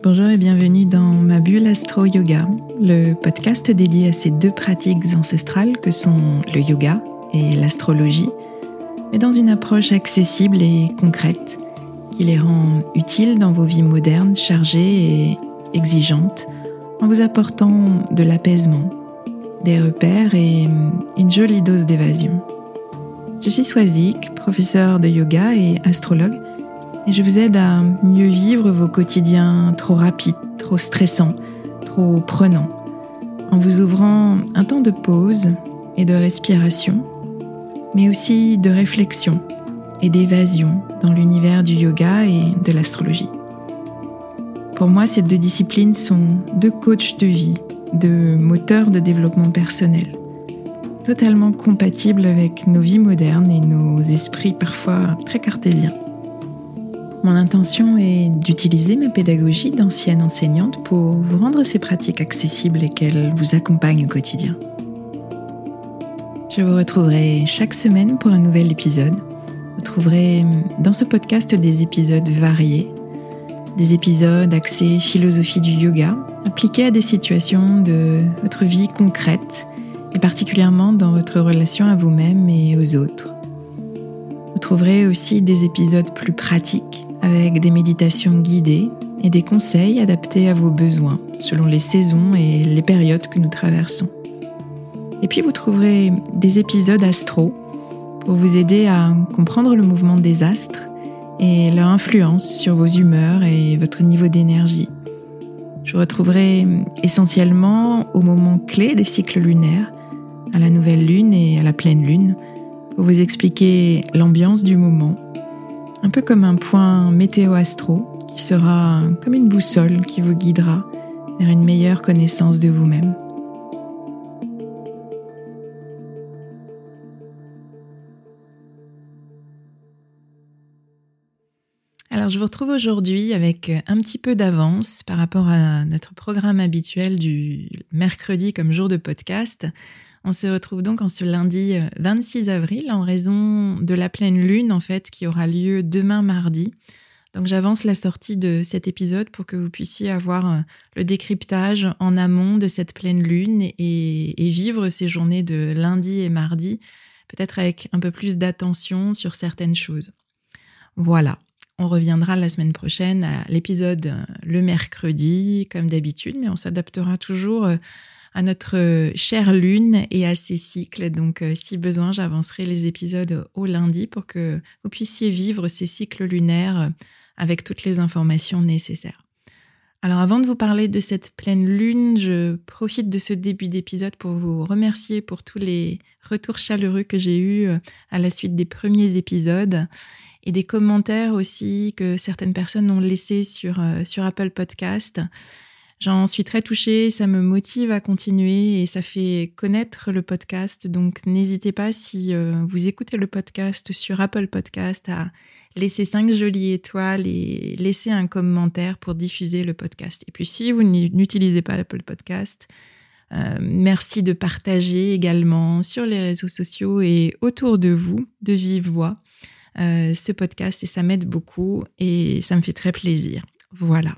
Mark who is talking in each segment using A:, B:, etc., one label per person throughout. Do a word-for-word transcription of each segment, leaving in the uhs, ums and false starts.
A: Bonjour et bienvenue dans ma bulle Astro Yoga, le podcast dédié à ces deux pratiques ancestrales que sont le yoga et l'astrologie, mais dans une approche accessible et concrète qui les rend utiles dans vos vies modernes, chargées et exigeantes, en vous apportant de l'apaisement, des repères et une jolie dose d'évasion. Je suis Swazik, professeure de yoga et astrologue, et je vous aide à mieux vivre vos quotidiens trop rapides, trop stressants, trop prenants, en vous ouvrant un temps de pause et de respiration, mais aussi de réflexion et d'évasion dans l'univers du yoga et de l'astrologie. Pour moi, ces deux disciplines sont deux coachs de vie, deux moteurs de développement personnel, totalement compatibles avec nos vies modernes et nos esprits parfois très cartésiens. Mon intention est d'utiliser ma pédagogie d'ancienne enseignante pour vous rendre ces pratiques accessibles et qu'elles vous accompagnent au quotidien. Je vous retrouverai chaque semaine pour un nouvel épisode. Vous trouverez dans ce podcast des épisodes variés, des épisodes axés philosophie du yoga, appliqués à des situations de votre vie concrète et particulièrement dans votre relation à vous-même et aux autres. Vous trouverez aussi des épisodes plus pratiques avec des méditations guidées et des conseils adaptés à vos besoins selon les saisons et les périodes que nous traversons. Et puis vous trouverez des épisodes astro pour vous aider à comprendre le mouvement des astres et leur influence sur vos humeurs et votre niveau d'énergie. Je vous retrouverai essentiellement au moment clé des cycles lunaires, à la nouvelle lune et à la pleine lune, pour vous expliquer l'ambiance du moment, un peu comme un point météo-astro qui sera comme une boussole qui vous guidera vers une meilleure connaissance de vous-même. Alors, je vous retrouve aujourd'hui avec un petit peu d'avance par rapport à notre programme habituel du mercredi comme jour de podcast. On se retrouve donc en ce lundi vingt-six avril en raison de la pleine lune en fait qui aura lieu demain mardi. Donc j'avance la sortie de cet épisode pour que vous puissiez avoir le décryptage en amont de cette pleine lune et, et vivre ces journées de lundi et mardi, peut-être avec un peu plus d'attention sur certaines choses. Voilà. On reviendra la semaine prochaine à l'épisode le mercredi, comme d'habitude, mais on s'adaptera toujours à notre chère lune et à ses cycles. Donc, si besoin, j'avancerai les épisodes au lundi pour que vous puissiez vivre ces cycles lunaires avec toutes les informations nécessaires. Alors, avant de vous parler de cette pleine lune, je profite de ce début d'épisode pour vous remercier pour tous les retours chaleureux que j'ai eus à la suite des premiers épisodes et des commentaires aussi que certaines personnes ont laissés sur, euh, sur Apple Podcast. J'en suis très touchée, ça me motive à continuer et ça fait connaître le podcast. Donc, n'hésitez pas, si euh, vous écoutez le podcast sur Apple Podcast, à laisser cinq jolies étoiles et laisser un commentaire pour diffuser le podcast. Et puis, si vous n'utilisez pas Apple Podcast, euh, merci de partager également sur les réseaux sociaux et autour de vous, de vive voix, euh, ce podcast. Et ça m'aide beaucoup et ça me fait très plaisir. Voilà.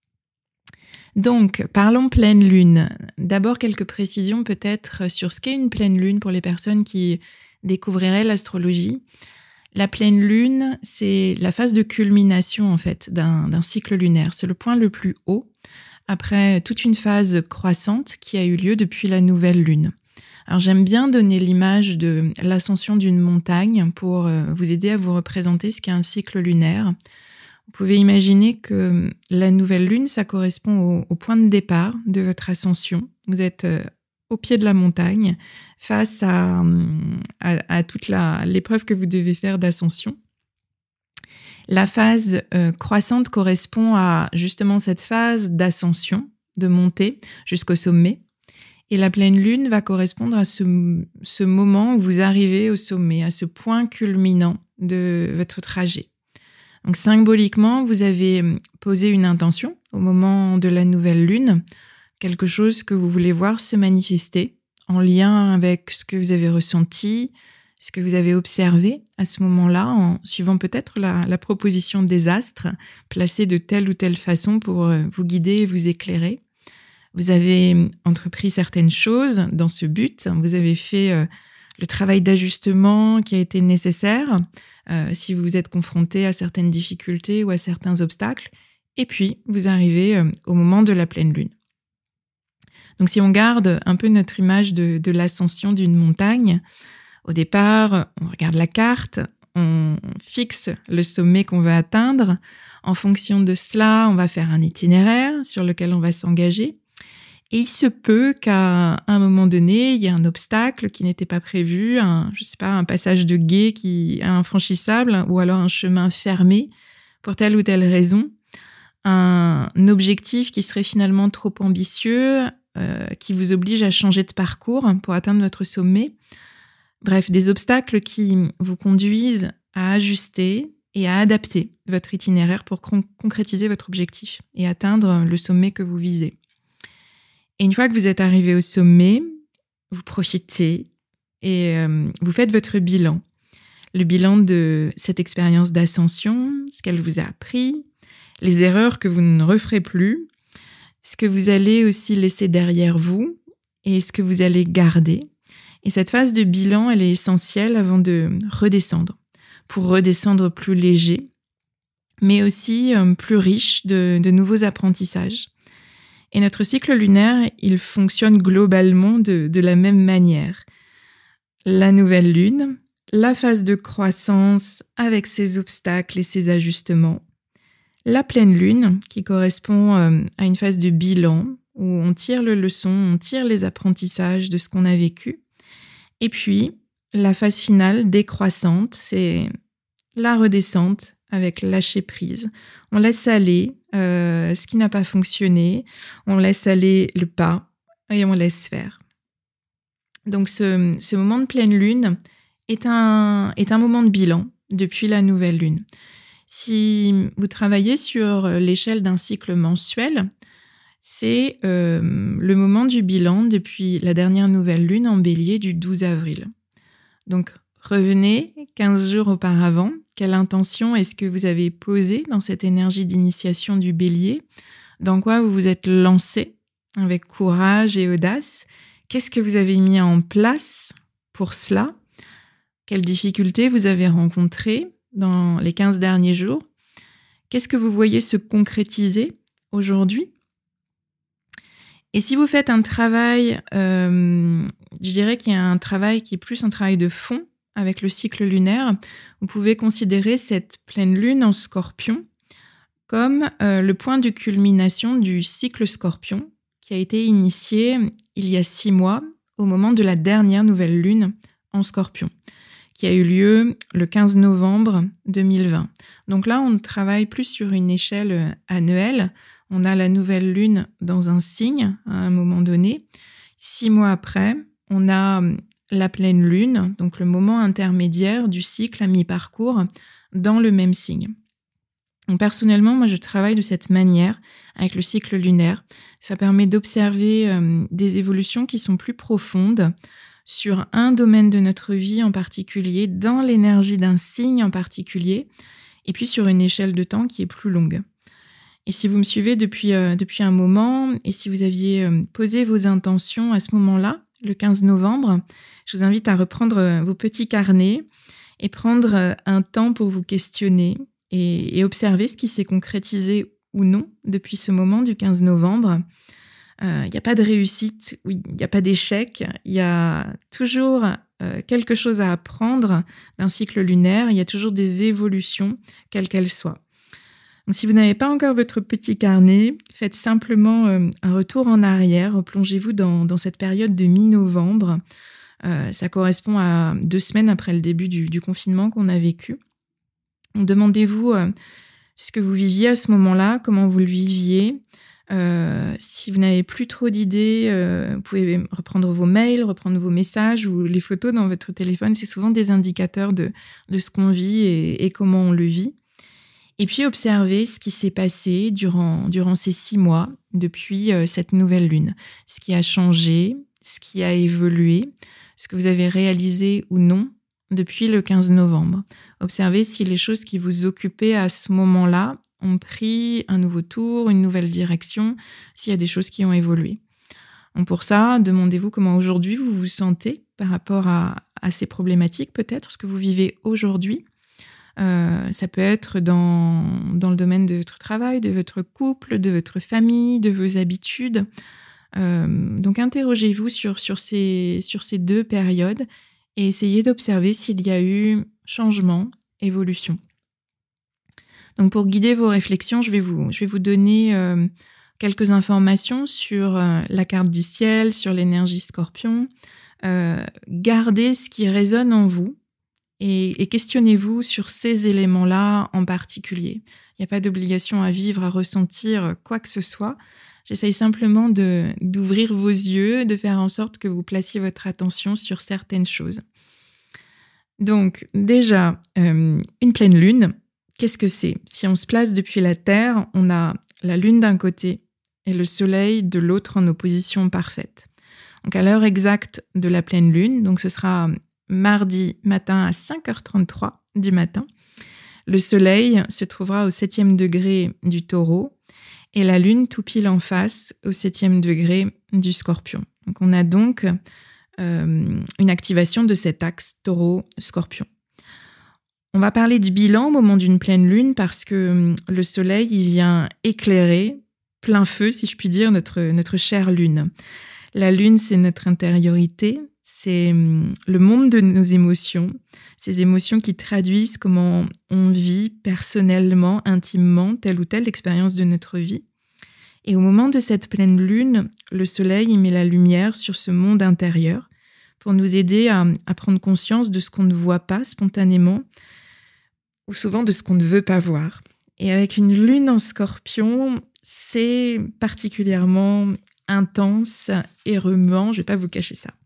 A: Donc, parlons pleine lune. D'abord, quelques précisions peut-être sur ce qu'est une pleine lune pour les personnes qui découvriraient l'astrologie. La pleine lune, c'est la phase de culmination en fait d'un, d'un cycle lunaire. C'est le point le plus haut après toute une phase croissante qui a eu lieu depuis la nouvelle lune. Alors, j'aime bien donner l'image de l'ascension d'une montagne pour vous aider à vous représenter ce qu'est un cycle lunaire. Vous pouvez imaginer que la nouvelle lune, ça correspond au, au point de départ de votre ascension. Vous êtes euh, au pied de la montagne, face à, à, à toute la, l'épreuve que vous devez faire d'ascension. La phase euh, croissante correspond à justement cette phase d'ascension, de montée jusqu'au sommet. Et la pleine lune va correspondre à ce, ce moment où vous arrivez au sommet, à ce point culminant de votre trajet. Donc symboliquement, vous avez posé une intention au moment de la nouvelle lune, quelque chose que vous voulez voir se manifester en lien avec ce que vous avez ressenti, ce que vous avez observé à ce moment-là, en suivant peut-être la, la proposition des astres, placés de telle ou telle façon pour vous guider et vous éclairer. Vous avez entrepris certaines choses dans ce but. Vous avez fait euh, le travail d'ajustement qui a été nécessaire euh, si vous vous êtes confronté à certaines difficultés ou à certains obstacles. Et puis, vous arrivez euh, au moment de la pleine lune. Donc, si on garde un peu notre image de, de l'ascension d'une montagne, au départ, on regarde la carte, on fixe le sommet qu'on veut atteindre. En fonction de cela, on va faire un itinéraire sur lequel on va s'engager. Et il se peut qu'à un moment donné, il y ait un obstacle qui n'était pas prévu, un, je sais pas, un passage de gué qui est infranchissable, ou alors un chemin fermé pour telle ou telle raison, un objectif qui serait finalement trop ambitieux, euh, qui vous oblige à changer de parcours pour atteindre votre sommet. Bref, des obstacles qui vous conduisent à ajuster et à adapter votre itinéraire pour con- concrétiser votre objectif et atteindre le sommet que vous visez. Et une fois que vous êtes arrivé au sommet, vous profitez et euh, vous faites votre bilan. Le bilan de cette expérience d'ascension, ce qu'elle vous a appris, les erreurs que vous ne referez plus, ce que vous allez aussi laisser derrière vous et ce que vous allez garder. Et cette phase de bilan, elle est essentielle avant de redescendre, pour redescendre plus léger, mais aussi euh, plus riche de, de nouveaux apprentissages. Et notre cycle lunaire, il fonctionne globalement de, de la même manière. La nouvelle lune, la phase de croissance avec ses obstacles et ses ajustements. La pleine lune, qui correspond euh, à une phase de bilan, où on tire le leçon, on tire les apprentissages de ce qu'on a vécu. Et puis, la phase finale décroissante, c'est la redescente avec lâcher prise. On laisse aller euh, ce qui n'a pas fonctionné, on laisse aller le pas et on laisse faire. Donc ce, ce moment de pleine lune est un, est un moment de bilan depuis la nouvelle lune. Si vous travaillez sur l'échelle d'un cycle mensuel, c'est euh, le moment du bilan depuis la dernière nouvelle lune en Bélier du douze avril. Donc revenez quinze jours auparavant. Quelle intention est-ce que vous avez posée dans cette énergie d'initiation du Bélier? Dans quoi vous vous êtes lancé avec courage et audace? Qu'est-ce que vous avez mis en place pour cela? Quelles difficultés vous avez rencontrées dans les quinze derniers jours? Qu'est-ce que vous voyez se concrétiser aujourd'hui? Et si vous faites un travail, euh, je dirais qu'il y a un travail qui est plus un travail de fond avec le cycle lunaire, vous pouvez considérer cette pleine lune en Scorpion comme euh, le point de culmination du cycle Scorpion qui a été initié il y a six mois au moment de la dernière nouvelle lune en Scorpion, qui a eu lieu le quinze novembre deux mille vingt. Donc là, on travaille plus sur une échelle annuelle. On a la nouvelle lune dans un signe à un moment donné. Six mois après, on a la pleine lune, donc le moment intermédiaire du cycle à mi-parcours dans le même signe. Donc personnellement, moi, je travaille de cette manière avec le cycle lunaire. Ça permet d'observer euh, des évolutions qui sont plus profondes sur un domaine de notre vie en particulier, dans l'énergie d'un signe en particulier, et puis sur une échelle de temps qui est plus longue. Et si vous me suivez depuis, euh, depuis un moment, et si vous aviez euh, posé vos intentions à ce moment-là, le quinze novembre, je vous invite à reprendre euh, vos petits carnets et prendre euh, un temps pour vous questionner et, et observer ce qui s'est concrétisé ou non depuis ce moment du quinze novembre. Il euh, n'y a pas de réussite, il n'y a pas d'échec, il y a toujours euh, quelque chose à apprendre d'un cycle lunaire, il y a toujours des évolutions, quelles qu'elles soient. Donc, si vous n'avez pas encore votre petit carnet, faites simplement euh, un retour en arrière, plongez-vous dans, dans cette période de mi-novembre. Euh, ça correspond à deux semaines après le début du, du confinement qu'on a vécu. Donc, demandez-vous euh, ce que vous viviez à ce moment-là, comment vous le viviez. Euh, si vous n'avez plus trop d'idées, euh, vous pouvez reprendre vos mails, reprendre vos messages ou les photos dans votre téléphone. C'est souvent des indicateurs de, de ce qu'on vit et, et comment on le vit. Et puis observez ce qui s'est passé durant, durant ces six mois depuis euh, cette nouvelle lune. Ce qui a changé, ce qui a évolué, ce que vous avez réalisé ou non depuis le quinze novembre. Observez si les choses qui vous occupaient à ce moment-là ont pris un nouveau tour, une nouvelle direction, s'il y a des choses qui ont évolué. Donc pour ça, demandez-vous comment aujourd'hui vous vous sentez par rapport à, à ces problématiques, peut-être, ce que vous vivez aujourd'hui. Euh, ça peut être dans, dans le domaine de votre travail, de votre couple, de votre famille, de vos habitudes. Euh, donc interrogez-vous sur, sur, ces, sur ces deux périodes et essayez d'observer s'il y a eu changement, évolution. Donc pour guider vos réflexions, je vais vous, je vais vous donner euh, quelques informations sur euh, la carte du ciel, sur l'énergie Scorpion. Euh, gardez ce qui résonne en vous et, et questionnez-vous sur ces éléments-là en particulier. Il n'y a pas d'obligation à vivre, à ressentir quoi que ce soit. J'essaye simplement de, d'ouvrir vos yeux, de faire en sorte que vous placiez votre attention sur certaines choses. Donc déjà, euh, une pleine lune, qu'est-ce que c'est ? Si on se place depuis la Terre, on a la lune d'un côté et le soleil de l'autre en opposition parfaite. Donc à l'heure exacte de la pleine lune, donc ce sera mardi matin à cinq heures trente-trois du matin, le soleil se trouvera au septième degré du Taureau et la lune tout pile en face au septième degré du Scorpion. Donc on a donc euh, une activation de cet axe Taureau-Scorpion. On va parler du bilan au moment d'une pleine lune parce que le soleil il vient éclairer plein feu, si je puis dire, notre, notre chère lune. La lune, c'est notre intériorité, c'est le monde de nos émotions, ces émotions qui traduisent comment on vit personnellement, intimement, telle ou telle expérience de notre vie. Et au moment de cette pleine lune, le soleil il met la lumière sur ce monde intérieur pour nous aider à, à prendre conscience de ce qu'on ne voit pas spontanément ou souvent de ce qu'on ne veut pas voir. Et avec une lune en Scorpion, c'est particulièrement intense et remuant, je ne vais pas vous cacher ça.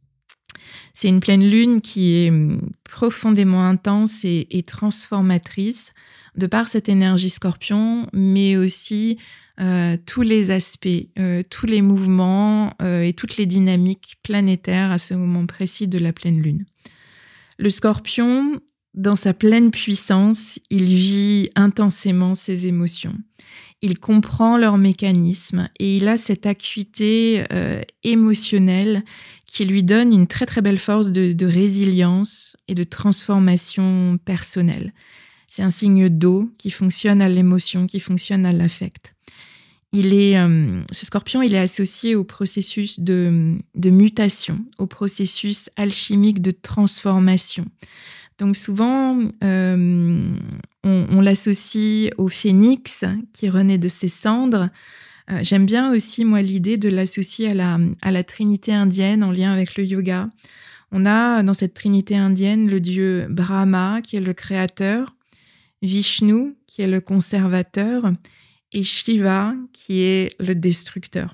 A: C'est une pleine lune qui est profondément intense et, et transformatrice de par cette énergie Scorpion, mais aussi euh, tous les aspects, euh, tous les mouvements euh, et toutes les dynamiques planétaires à ce moment précis de la pleine lune. Le Scorpion, dans sa pleine puissance, il vit intensément ses émotions. Il comprend leurs mécanismes et il a cette acuité euh, émotionnelle qui lui donne une très très belle force de, de résilience et de transformation personnelle. C'est un signe d'eau qui fonctionne à l'émotion, qui fonctionne à l'affect. Il est, euh, ce Scorpion, il est associé au processus de, de mutation, au processus alchimique de transformation. Donc souvent, euh, on, on l'associe au phénix qui renaît de ses cendres. Euh, j'aime bien aussi, moi, l'idée de l'associer à la, à la trinité indienne en lien avec le yoga. On a dans cette trinité indienne le dieu Brahma, qui est le créateur, Vishnu, qui est le conservateur, et Shiva, qui est le destructeur.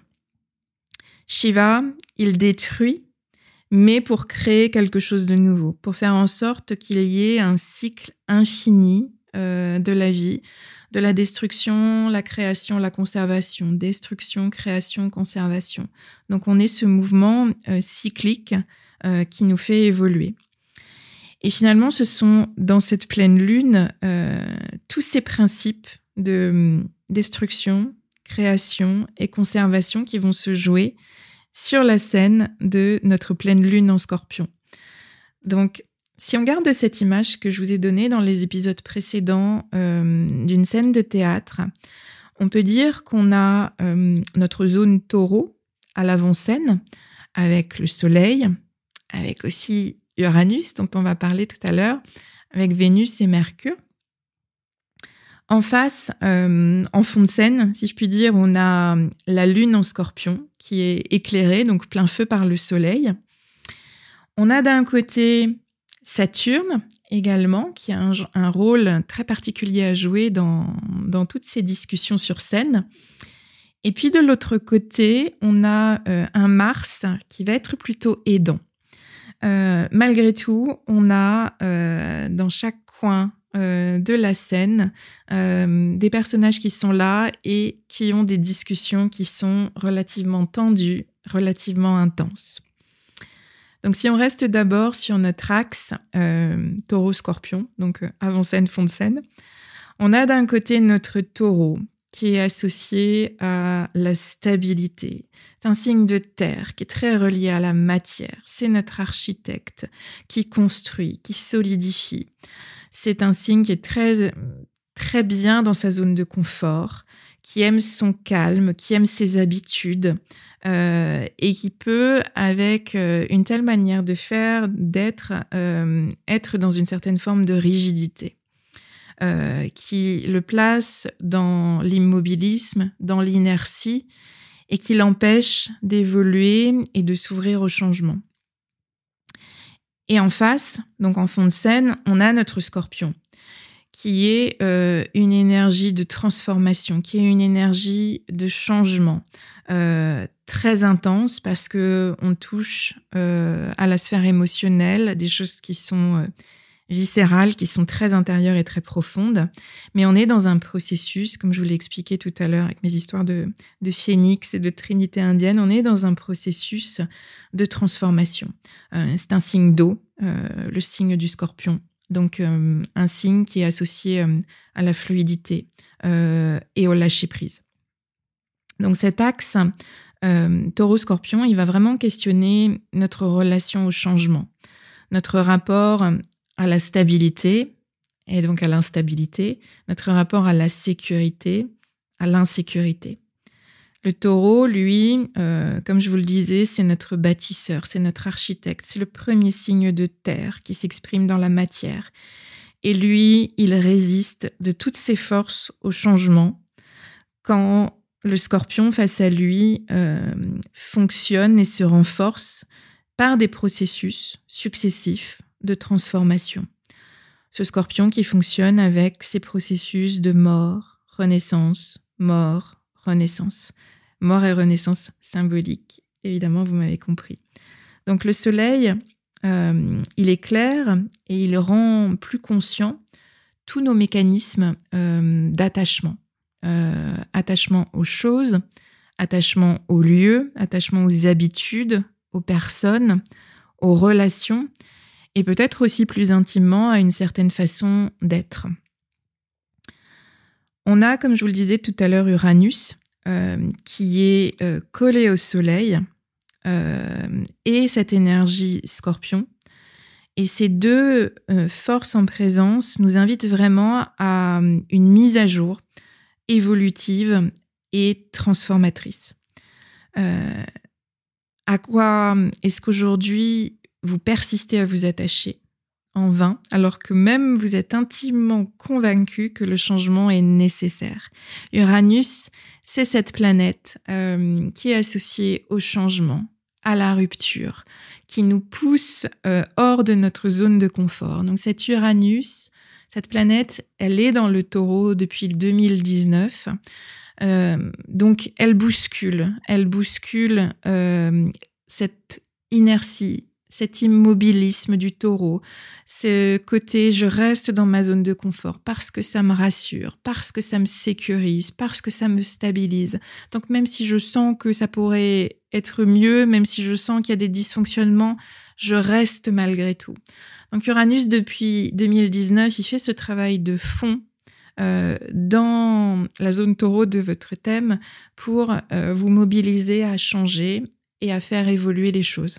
A: Shiva, il détruit, mais pour créer quelque chose de nouveau, pour faire en sorte qu'il y ait un cycle infini euh, de la vie, de la destruction, la création, la conservation, destruction, création, conservation. Donc on est ce mouvement euh, cyclique euh, qui nous fait évoluer. Et finalement, ce sont dans cette pleine lune euh, tous ces principes de destruction, création et conservation qui vont se jouer sur la scène de notre pleine lune en Scorpion. Donc, si on garde cette image que je vous ai donnée dans les épisodes précédents euh, d'une scène de théâtre, on peut dire qu'on a euh, notre zone taureau à l'avant-scène, avec le soleil, avec aussi Uranus, dont on va parler tout à l'heure, avec Vénus et Mercure. En face, euh, en fond de scène, si je puis dire, on a la lune en Scorpion qui est éclairée, donc plein feu par le soleil. On a d'un côté Saturne également, qui a un, un rôle très particulier à jouer dans, dans toutes ces discussions sur scène. Et puis de l'autre côté, on a euh, un Mars qui va être plutôt aidant. Euh, malgré tout, on a euh, dans chaque coin euh, de la scène euh, des personnages qui sont là et qui ont des discussions qui sont relativement tendues, relativement intenses. Donc, si on reste d'abord sur notre axe euh, taureau-scorpion, donc euh, avant-scène, fond de scène, on a d'un côté notre taureau qui est associé à la stabilité. C'est un signe de terre qui est très relié à la matière. C'est notre architecte qui construit, qui solidifie. C'est un signe qui est très, très bien dans sa zone de confort, qui aime son calme, qui aime ses habitudes euh, et qui peut, avec euh, une telle manière de faire, d'être, euh, être dans une certaine forme de rigidité. Euh, qui le place dans l'immobilisme, dans l'inertie, et qui l'empêche d'évoluer et de s'ouvrir au changement. Et en face, donc en fond de scène, on a notre scorpion, qui est euh, une énergie de transformation, qui est une énergie de changement, euh, très intense parce qu'on touche euh, à la sphère émotionnelle, des choses qui sont... Euh, viscérales, qui sont très intérieures et très profondes. Mais on est dans un processus, comme je vous l'ai expliqué tout à l'heure avec mes histoires de, de phénix et de trinité indienne, on est dans un processus de transformation. Euh, c'est un signe d'eau, euh, le signe du scorpion. Donc, euh, un signe qui est associé euh, à la fluidité euh, et au lâcher-prise. Donc, cet axe euh, taureau-scorpion, il va vraiment questionner notre relation au changement, notre rapport à la stabilité et donc à l'instabilité, notre rapport à la sécurité, à l'insécurité. Le taureau, lui, euh, comme je vous le disais, c'est notre bâtisseur, c'est notre architecte, c'est le premier signe de terre qui s'exprime dans la matière. Et lui, il résiste de toutes ses forces au changement quand le scorpion, face à lui, euh, fonctionne et se renforce par des processus successifs de transformation. Ce scorpion qui fonctionne avec ces processus de mort, renaissance, mort, renaissance. Mort et renaissance symbolique, évidemment, vous m'avez compris. Donc le soleil, euh, il est clair et il rend plus conscient tous nos mécanismes euh, d'attachement. Euh, attachement aux choses, attachement aux lieux, attachement aux habitudes, aux personnes, aux relations, et peut-être aussi plus intimement à une certaine façon d'être. On a, comme je vous le disais tout à l'heure, Uranus, euh, qui est euh, collé au Soleil, euh, et cette énergie Scorpion. Et ces deux euh, forces en présence nous invitent vraiment à une mise à jour évolutive et transformatrice. Euh, à quoi est-ce qu'aujourd'hui vous persistez à vous attacher en vain, alors que même vous êtes intimement convaincu que le changement est nécessaire? Uranus, c'est cette planète euh, qui est associée au changement, à la rupture, qui nous pousse euh, hors de notre zone de confort. Donc cet Uranus, cette planète, elle est dans le Taureau depuis deux mille dix-neuf. Euh, donc elle bouscule, elle bouscule euh, cette inertie, cet immobilisme du Taureau, ce côté je reste dans ma zone de confort parce que ça me rassure, parce que ça me sécurise, parce que ça me stabilise. Donc même si je sens que ça pourrait être mieux, même si je sens qu'il y a des dysfonctionnements, je reste malgré tout. Donc Uranus, depuis deux mille dix-neuf, il fait ce travail de fond euh, dans la zone Taureau de votre thème pour euh, vous mobiliser à changer et à faire évoluer les choses.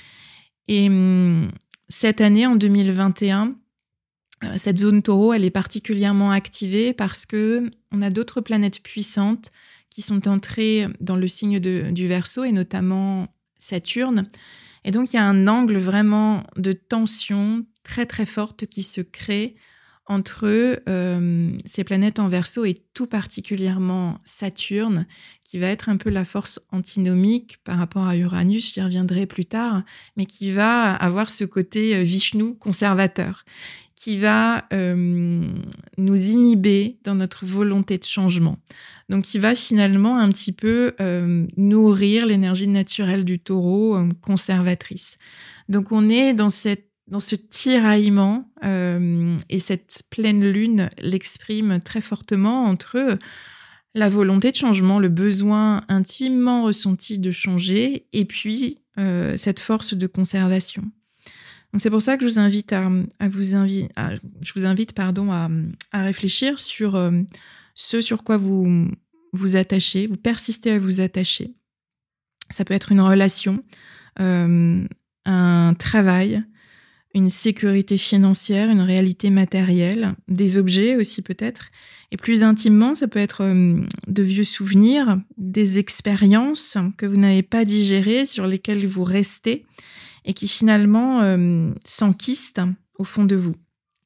A: Et hum, cette année, en deux mille vingt et un, euh, cette zone Taureau, elle est particulièrement activée parce que on a d'autres planètes puissantes qui sont entrées dans le signe de, du Verseau, et notamment Saturne. Et donc, il y a un angle vraiment de tension très, très forte qui se crée entre euh, ces planètes en Verseau et tout particulièrement Saturne, qui va être un peu la force antinomique par rapport à Uranus, j'y reviendrai plus tard, mais qui va avoir ce côté Vishnu conservateur, qui va euh, nous inhiber dans notre volonté de changement. Donc, qui va finalement un petit peu euh, nourrir l'énergie naturelle du Taureau euh, conservatrice. Donc, on est dans cette dans ce tiraillement, euh, et cette pleine lune l'exprime très fortement entre la volonté de changement, le besoin intimement ressenti de changer, et puis euh, cette force de conservation. Donc c'est pour ça que je vous invite à, à vous invi- à, je vous invite pardon à, à réfléchir sur euh, ce sur quoi vous vous attachez, vous persistez à vous attacher. Ça peut être une relation, euh, un travail, une sécurité financière, une réalité matérielle, des objets aussi peut-être. Et plus intimement, ça peut être euh, de vieux souvenirs, des expériences que vous n'avez pas digérées, sur lesquelles vous restez et qui finalement euh, s'enquistent au fond de vous.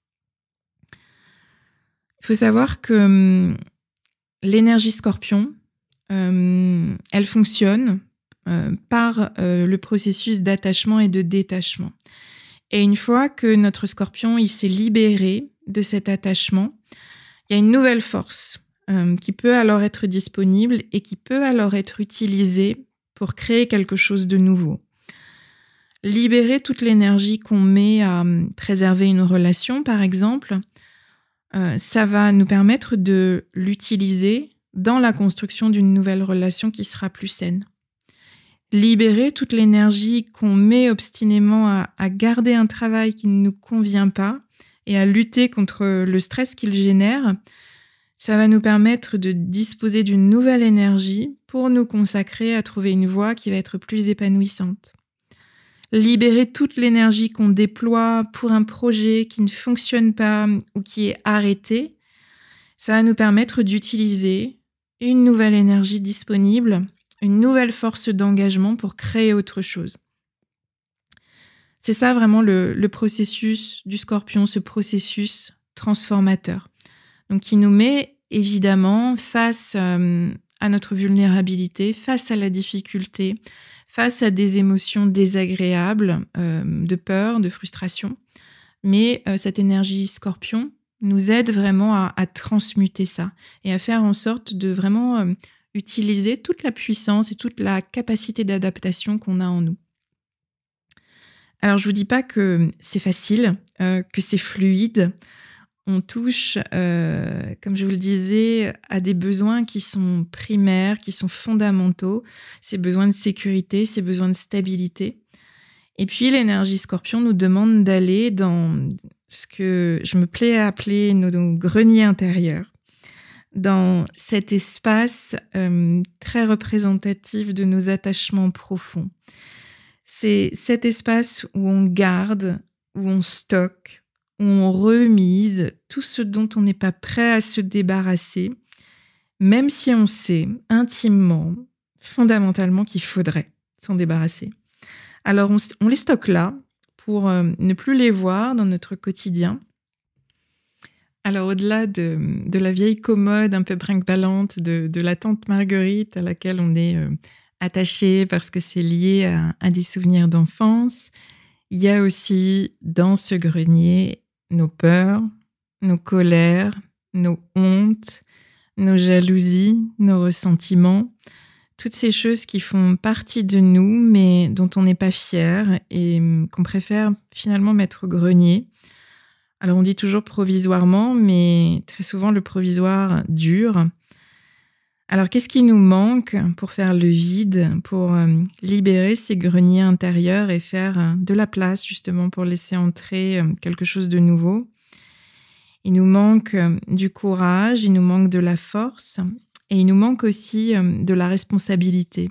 A: Il faut savoir que euh, l'énergie scorpion, euh, elle fonctionne euh, par euh, le processus d'attachement et de détachement. Et une fois que notre scorpion il s'est libéré de cet attachement, il y a une nouvelle force euh, qui peut alors être disponible et qui peut alors être utilisée pour créer quelque chose de nouveau. Libérer toute l'énergie qu'on met à préserver une relation, par exemple, euh, ça va nous permettre de l'utiliser dans la construction d'une nouvelle relation qui sera plus saine. Libérer toute l'énergie qu'on met obstinément à, à garder un travail qui ne nous convient pas et à lutter contre le stress qu'il génère, ça va nous permettre de disposer d'une nouvelle énergie pour nous consacrer à trouver une voie qui va être plus épanouissante. Libérer toute l'énergie qu'on déploie pour un projet qui ne fonctionne pas ou qui est arrêté, ça va nous permettre d'utiliser une nouvelle énergie disponible, une nouvelle force d'engagement pour créer autre chose. C'est ça vraiment le, le processus du scorpion, ce processus transformateur. Donc qui nous met évidemment face euh, à notre vulnérabilité, face à la difficulté, face à des émotions désagréables, euh, de peur, de frustration. Mais euh, cette énergie scorpion nous aide vraiment à, à transmuter ça et à faire en sorte de vraiment euh, utiliser toute la puissance et toute la capacité d'adaptation qu'on a en nous. Alors, je vous dis pas que c'est facile, euh, que c'est fluide. On touche, euh, comme je vous le disais, à des besoins qui sont primaires, qui sont fondamentaux. Ces besoins de sécurité, ces besoins de stabilité. Et puis, l'énergie scorpion nous demande d'aller dans ce que je me plais à appeler nos, nos greniers intérieurs, dans cet espace euh, très représentatif de nos attachements profonds. C'est cet espace où on garde, où on stocke, où on remise tout ce dont on n'est pas prêt à se débarrasser, même si on sait intimement, fondamentalement, qu'il faudrait s'en débarrasser. Alors, on, on les stocke là pour euh, ne plus les voir dans notre quotidien. Alors, au-delà de, de la vieille commode un peu brinque-ballante de, de la tante Marguerite à laquelle on est euh, attaché parce que c'est lié à, à des souvenirs d'enfance, il y a aussi dans ce grenier nos peurs, nos colères, nos hontes, nos jalousies, nos ressentiments, toutes ces choses qui font partie de nous, mais dont on n'est pas fier et qu'on préfère finalement mettre au grenier. Alors on dit toujours provisoirement, mais très souvent le provisoire dure. Alors qu'est-ce qui nous manque pour faire le vide, pour libérer ces greniers intérieurs et faire de la place justement pour laisser entrer quelque chose de nouveau ? Il nous manque du courage, il nous manque de la force et il nous manque aussi de la responsabilité.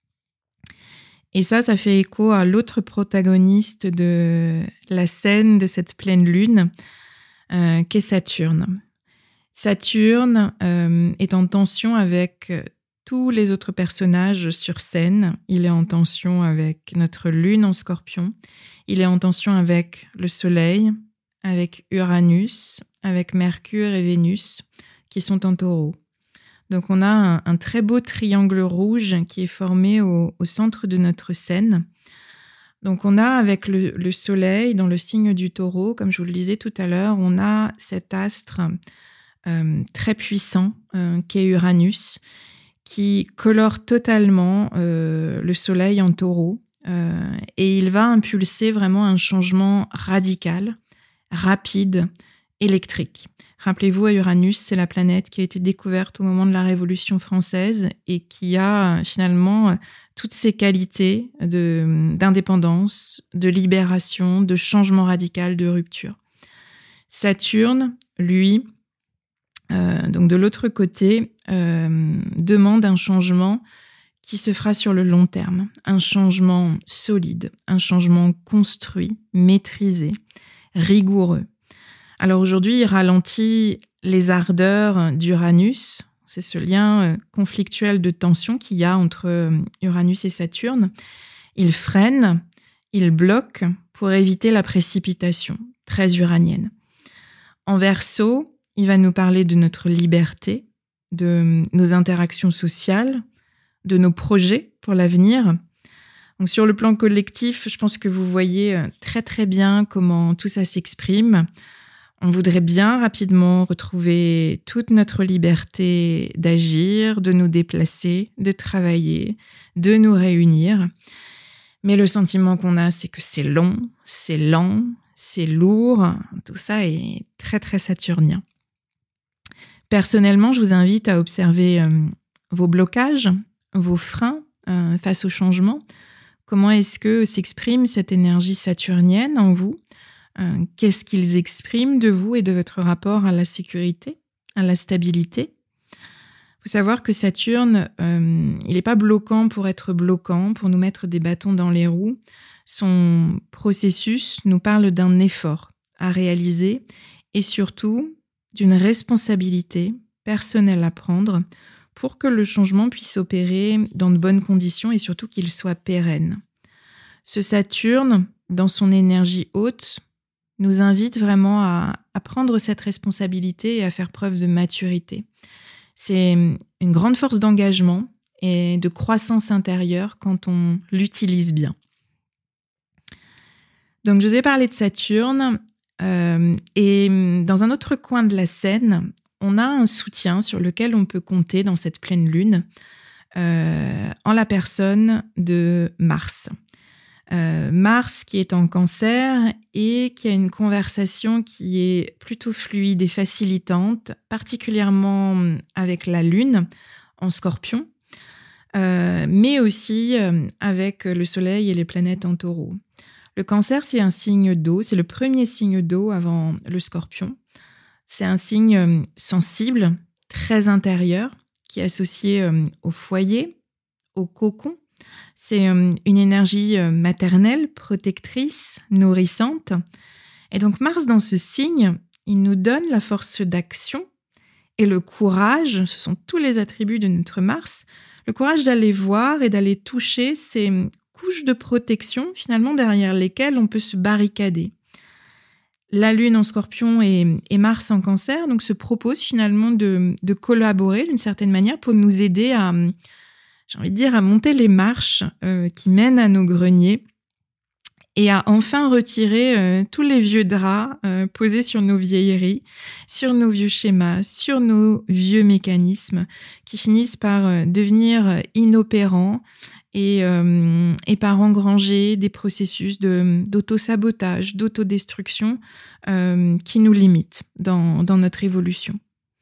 A: Et ça, ça fait écho à l'autre protagoniste de la scène de cette pleine lune, euh, qu'est Saturne. Saturne euh, est en tension avec tous les autres personnages sur scène. Il est en tension avec notre lune en Scorpion. Il est en tension avec le Soleil, avec Uranus, avec Mercure et Vénus, qui sont en Taureau. Donc, on a un, un très beau triangle rouge qui est formé au, au centre de notre scène. Donc, on a avec le, le Soleil dans le signe du Taureau, comme je vous le disais tout à l'heure, on a cet astre euh, très puissant euh, qu'est Uranus, qui colore totalement euh, le Soleil en Taureau. Euh, et il va impulser vraiment un changement radical, rapide électrique. Rappelez-vous, à Uranus, c'est la planète qui a été découverte au moment de la Révolution française et qui a finalement toutes ces qualités de, d'indépendance, de libération, de changement radical, de rupture. Saturne, lui, euh, donc de l'autre côté, euh, demande un changement qui se fera sur le long terme, un changement solide, un changement construit, maîtrisé, rigoureux. Alors aujourd'hui, il ralentit les ardeurs d'Uranus. C'est ce lien conflictuel de tension qu'il y a entre Uranus et Saturne. Il freine, il bloque pour éviter la précipitation, très uranienne. En Verseau, il va nous parler de notre liberté, de nos interactions sociales, de nos projets pour l'avenir. Donc sur le plan collectif, je pense que vous voyez très très bien comment tout ça s'exprime. On voudrait bien rapidement retrouver toute notre liberté d'agir, de nous déplacer, de travailler, de nous réunir. Mais le sentiment qu'on a, c'est que c'est long, c'est lent, c'est lourd. Tout ça est très, très saturnien. Personnellement, je vous invite à observer euh, vos blocages, vos freins euh, face au changement. Comment est-ce que s'exprime cette énergie saturnienne en vous ? Euh, qu'est-ce qu'ils expriment de vous et de votre rapport à la sécurité, à la stabilité ? Il faut savoir que Saturne, euh, il n'est pas bloquant pour être bloquant, pour nous mettre des bâtons dans les roues. Son processus nous parle d'un effort à réaliser et surtout d'une responsabilité personnelle à prendre pour que le changement puisse opérer dans de bonnes conditions et surtout qu'il soit pérenne. Ce Saturne, dans son énergie haute, nous invite vraiment à, à prendre cette responsabilité et à faire preuve de maturité. C'est une grande force d'engagement et de croissance intérieure quand on l'utilise bien. Donc, je vous ai parlé de Saturne euh, et dans un autre coin de la scène, on a un soutien sur lequel on peut compter dans cette pleine lune euh, en la personne de Mars. Euh, Mars qui est en Cancer et qui a une conversation qui est plutôt fluide et facilitante, particulièrement avec la Lune en Scorpion, euh, mais aussi euh, avec le Soleil et les planètes en Taureau. Le Cancer, c'est un signe d'eau, c'est le premier signe d'eau avant le Scorpion. C'est un signe sensible, très intérieur, qui est associé euh, au foyer, au cocon. C'est une énergie maternelle, protectrice, nourrissante. Et donc Mars, dans ce signe, il nous donne la force d'action et le courage, ce sont tous les attributs de notre Mars, le courage d'aller voir et d'aller toucher ces couches de protection, finalement, derrière lesquelles on peut se barricader. La Lune en Scorpion et, et Mars en Cancer donc, se proposent finalement de, de collaborer d'une certaine manière pour nous aider à... j'ai envie de dire, à monter les marches euh, qui mènent à nos greniers et à enfin retirer euh, tous les vieux draps euh, posés sur nos vieilleries, sur nos vieux schémas, sur nos vieux mécanismes qui finissent par euh, devenir inopérants et, euh, et par engranger des processus de, d'auto-sabotage, d'autodestruction euh, qui nous limitent dans, dans notre évolution.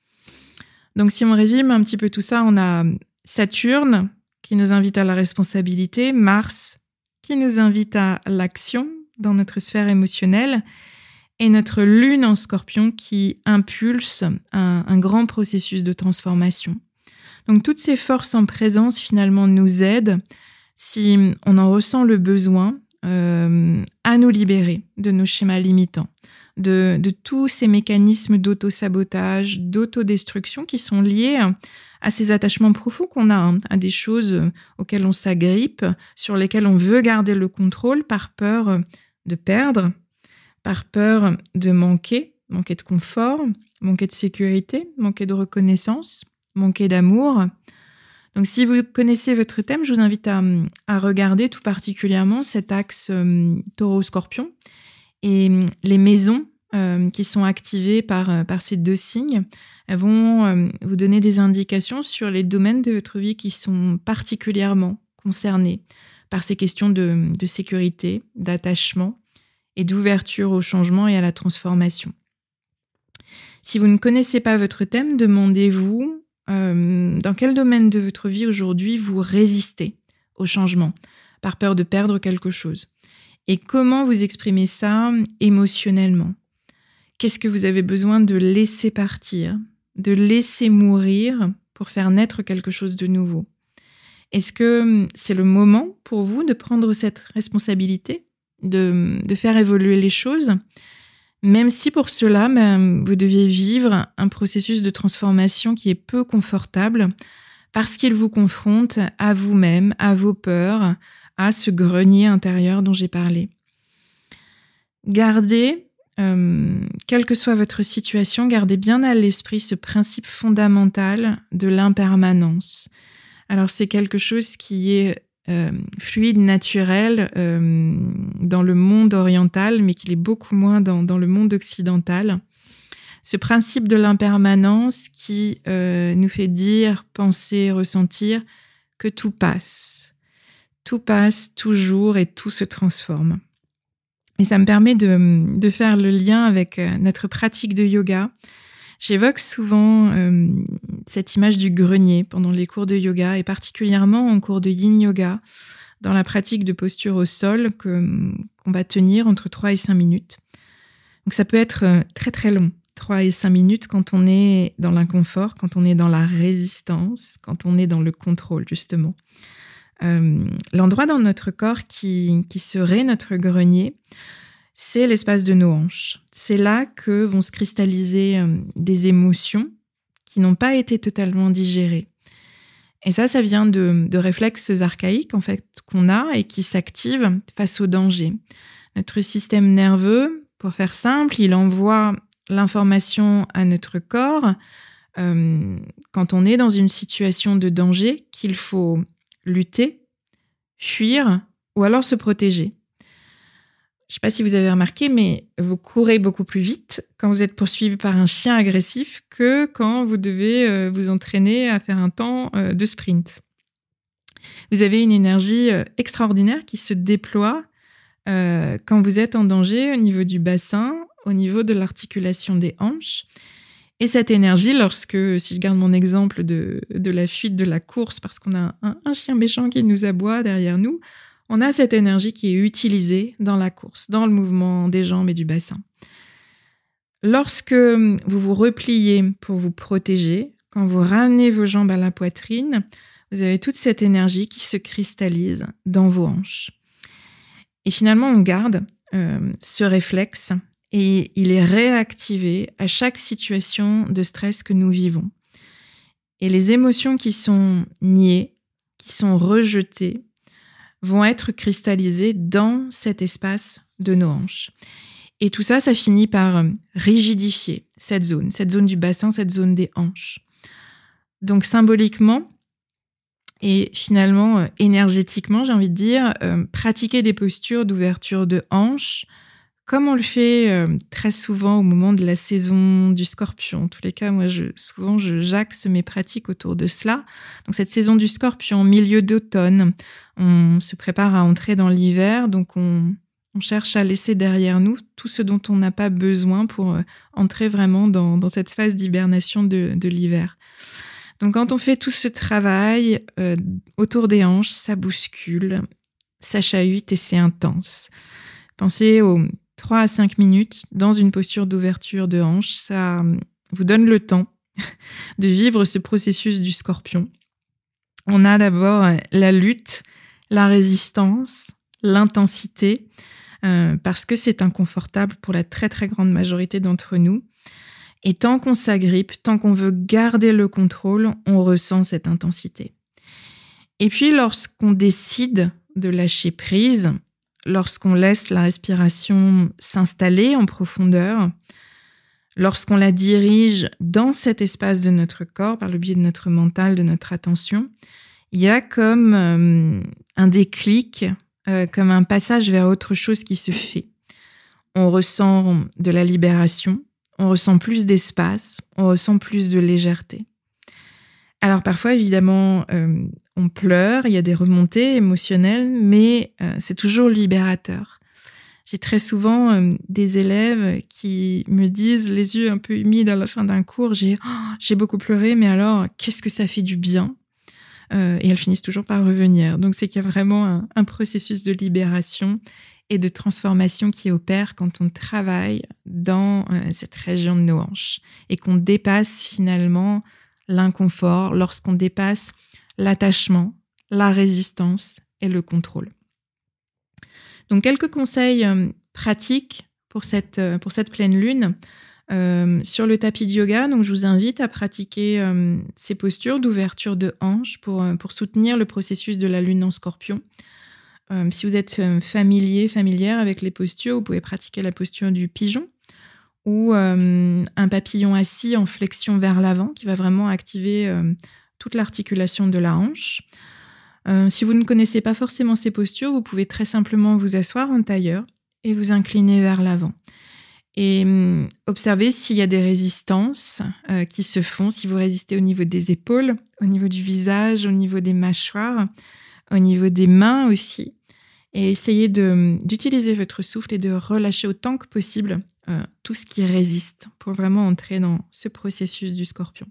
A: Donc si on résume un petit peu tout ça, on a Saturne, qui nous invite à la responsabilité, Mars, qui nous invite à l'action dans notre sphère émotionnelle, et notre Lune en Scorpion qui impulse un, un grand processus de transformation. Donc toutes ces forces en présence finalement nous aident, si on en ressent le besoin, euh, à nous libérer de nos schémas limitants, de, de tous ces mécanismes d'auto-sabotage, d'autodestruction qui sont liés à ces attachements profonds qu'on a, hein, à des choses auxquelles on s'agrippe, sur lesquelles on veut garder le contrôle par peur de perdre, par peur de manquer, manquer de confort, manquer de sécurité, manquer de reconnaissance, manquer d'amour. Donc si vous connaissez votre thème, je vous invite à, à regarder tout particulièrement cet axe euh, Taureau-Scorpion et les maisons euh, qui sont activées par, par ces deux signes. Elles vont euh, vous donner des indications sur les domaines de votre vie qui sont particulièrement concernés par ces questions de, de sécurité, d'attachement et d'ouverture au changement et à la transformation. Si vous ne connaissez pas votre thème, demandez-vous euh, dans quel domaine de votre vie aujourd'hui vous résistez au changement, par peur de perdre quelque chose. Et comment vous exprimez ça émotionnellement? Qu'est-ce que vous avez besoin de laisser partir, de laisser mourir pour faire naître quelque chose de nouveau? Est-ce que c'est le moment pour vous de prendre cette responsabilité, de, de faire évoluer les choses, même si pour cela, ben, vous deviez vivre un processus de transformation qui est peu confortable parce qu'il vous confronte à vous-même, à vos peurs, à ce grenier intérieur dont j'ai parlé. Gardez, euh, quelle que soit votre situation, gardez bien à l'esprit ce principe fondamental de l'impermanence. Alors c'est quelque chose qui est euh, fluide, naturel euh, dans le monde oriental, mais qui l'est beaucoup moins dans, dans le monde occidental. Ce principe de l'impermanence qui euh, nous fait dire, penser, ressentir que tout passe. Tout passe toujours et tout se transforme. Et ça me permet de, de faire le lien avec notre pratique de yoga. J'évoque souvent euh, cette image du grenier pendant les cours de yoga et particulièrement en cours de yin yoga, dans la pratique de posture au sol que, qu'on va tenir entre trois et cinq minutes. Donc ça peut être très très long, trois et cinq minutes quand on est dans l'inconfort, quand on est dans la résistance, quand on est dans le contrôle justement. Euh, l'endroit dans notre corps qui, qui serait notre grenier, c'est l'espace de nos hanches. C'est là que vont se cristalliser euh, des émotions qui n'ont pas été totalement digérées. Et ça, ça vient de, de réflexes archaïques en fait qu'on a et qui s'activent face au danger. Notre système nerveux, pour faire simple, il envoie l'information à notre corps euh, quand on est dans une situation de danger qu'il faut lutter, fuir ou alors se protéger. Je ne sais pas si vous avez remarqué, mais vous courez beaucoup plus vite quand vous êtes poursuivi par un chien agressif que quand vous devez vous entraîner à faire un temps de sprint. Vous avez une énergie extraordinaire qui se déploie quand vous êtes en danger au niveau du bassin, au niveau de l'articulation des hanches. Et cette énergie, lorsque, si je garde mon exemple de, de la fuite, de la course, parce qu'on a un, un chien méchant qui nous aboie derrière nous, on a cette énergie qui est utilisée dans la course, dans le mouvement des jambes et du bassin. Lorsque vous vous repliez pour vous protéger, quand vous ramenez vos jambes à la poitrine, vous avez toute cette énergie qui se cristallise dans vos hanches. Et finalement, on garde euh, ce réflexe et il est réactivé à chaque situation de stress que nous vivons. Et les émotions qui sont niées, qui sont rejetées, vont être cristallisées dans cet espace de nos hanches. Et tout ça, ça finit par rigidifier cette zone, cette zone du bassin, cette zone des hanches. Donc symboliquement et finalement énergétiquement, j'ai envie de dire, euh, pratiquer des postures d'ouverture de hanches, comme on le fait euh, très souvent au moment de la saison du scorpion. En tous les cas, moi, je, souvent, je, j'axe mes pratiques autour de cela. Donc, cette saison du scorpion, milieu d'automne, on se prépare à entrer dans l'hiver. Donc, on, on cherche à laisser derrière nous tout ce dont on n'a pas besoin pour euh, entrer vraiment dans, dans cette phase d'hibernation de, de l'hiver. Donc, quand on fait tout ce travail euh, autour des hanches, ça bouscule, ça chahute et c'est intense. Pensez aux trois à cinq minutes dans une posture d'ouverture de hanche, ça vous donne le temps de vivre ce processus du scorpion. On a d'abord la lutte, la résistance, l'intensité, euh, parce que c'est inconfortable pour la très très grande majorité d'entre nous. Et tant qu'on s'agrippe, tant qu'on veut garder le contrôle, on ressent cette intensité. Et puis lorsqu'on décide de lâcher prise, lorsqu'on laisse la respiration s'installer en profondeur, lorsqu'on la dirige dans cet espace de notre corps par le biais de notre mental, de notre attention, il y a comme euh, un déclic, euh, comme un passage vers autre chose qui se fait. On ressent de la libération, on ressent plus d'espace, on ressent plus de légèreté. Alors parfois, évidemment, euh, on pleure, il y a des remontées émotionnelles, mais euh, c'est toujours libérateur. J'ai très souvent euh, des élèves qui me disent, les yeux un peu humides à la fin d'un cours, j'ai, oh, j'ai beaucoup pleuré, mais alors, qu'est-ce que ça fait du bien ? euh, Et elles finissent toujours par revenir. Donc, c'est qu'il y a vraiment un, un processus de libération et de transformation qui opère quand on travaille dans euh, cette région de nos hanches et qu'on dépasse finalement l'inconfort, lorsqu'on dépasse l'attachement, la résistance et le contrôle. Donc, quelques conseils euh, pratiques pour cette, euh, pour cette pleine lune. Euh, sur le tapis de yoga, donc je vous invite à pratiquer euh, ces postures d'ouverture de hanches pour, euh, pour soutenir le processus de la lune en scorpion. Euh, si vous êtes familier, familière avec les postures, vous pouvez pratiquer la posture du pigeon ou euh, un papillon assis en flexion vers l'avant qui va vraiment activer euh, toute l'articulation de la hanche. Euh, si vous ne connaissez pas forcément ces postures, vous pouvez très simplement vous asseoir en tailleur et vous incliner vers l'avant. Et euh, observez s'il y a des résistances euh, qui se font, si vous résistez au niveau des épaules, au niveau du visage, au niveau des mâchoires, au niveau des mains aussi. Et essayez de, d'utiliser votre souffle et de relâcher autant que possible euh, tout ce qui résiste pour vraiment entrer dans ce processus du scorpion.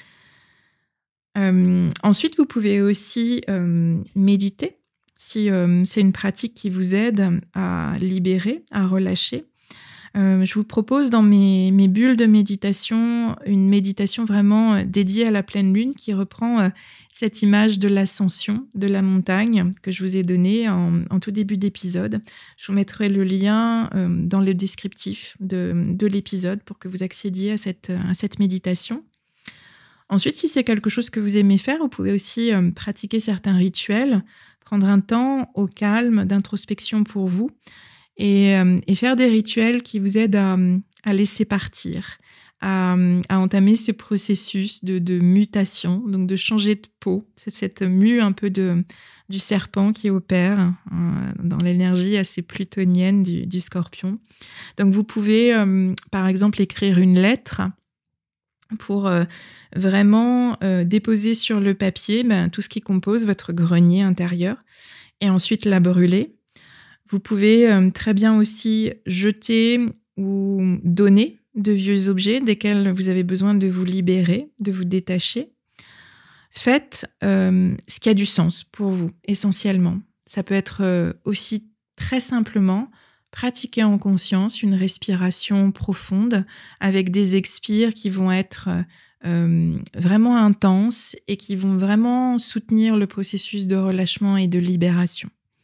A: Euh, ensuite, vous pouvez aussi euh, méditer si euh, c'est une pratique qui vous aide à libérer, à relâcher. Euh, je vous propose dans mes, mes bulles de méditation une méditation vraiment dédiée à la pleine lune qui reprend euh, cette image de l'ascension de la montagne que je vous ai donnée en, en tout début d'épisode. Je vous mettrai le lien euh, dans le descriptif de, de l'épisode pour que vous accédiez à cette, à cette méditation. Ensuite, si c'est quelque chose que vous aimez faire, vous pouvez aussi euh, pratiquer certains rituels, prendre un temps au calme d'introspection pour vous. Et, euh, et faire des rituels qui vous aident à, à laisser partir, à, à entamer ce processus de, de mutation, donc de changer de peau. C'est cette mue un peu de, du serpent qui opère euh, dans l'énergie assez plutonienne du, du scorpion. Donc vous pouvez, euh, par exemple, écrire une lettre pour euh, vraiment euh, déposer sur le papier ben, tout ce qui compose votre grenier intérieur et ensuite la brûler. Vous pouvez euh, très bien aussi jeter ou donner de vieux objets desquels vous avez besoin de vous libérer, de vous détacher. Faites euh, ce qui a du sens pour vous, essentiellement. Ça peut être euh, aussi très simplement pratiquer en conscience une respiration profonde avec des expires qui vont être euh, vraiment intenses et qui vont vraiment soutenir le processus de relâchement et de libération.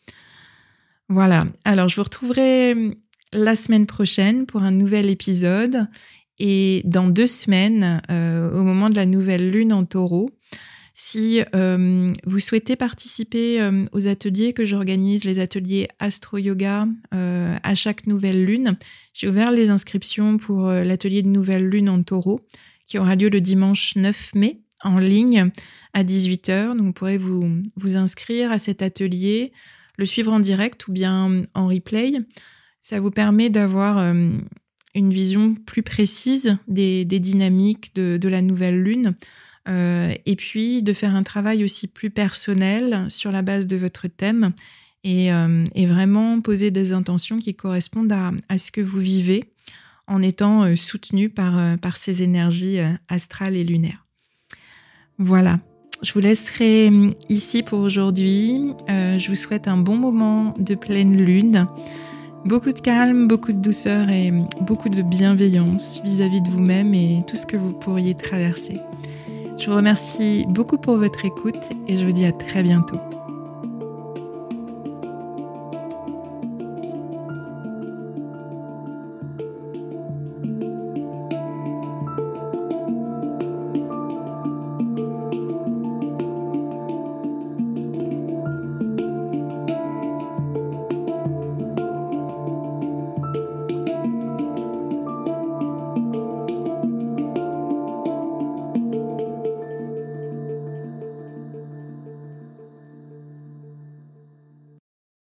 A: Voilà, alors je vous retrouverai la semaine prochaine pour un nouvel épisode et dans deux semaines, euh, au moment de la nouvelle lune en taureau, si euh, vous souhaitez participer euh, aux ateliers que j'organise, les ateliers astro-yoga euh, à chaque nouvelle lune, j'ai ouvert les inscriptions pour euh, l'atelier de nouvelle lune en taureau qui aura lieu le dimanche neuf mai en ligne à dix-huit heures. Donc vous pourrez vous, vous inscrire à cet atelier, le suivre en direct ou bien en replay. Ça vous permet d'avoir euh, une vision plus précise des, des dynamiques de, de la nouvelle lune euh, et puis de faire un travail aussi plus personnel sur la base de votre thème et, euh, et vraiment poser des intentions qui correspondent à, à ce que vous vivez en étant euh, soutenu par, euh, par ces énergies euh, astrales et lunaires. Voilà. Je vous laisserai ici pour aujourd'hui. Euh, je vous souhaite un bon moment de pleine lune. Beaucoup de calme, beaucoup de douceur et beaucoup de bienveillance vis-à-vis de vous-même et tout ce que vous pourriez traverser. Je vous remercie beaucoup pour votre écoute et je vous dis à très bientôt.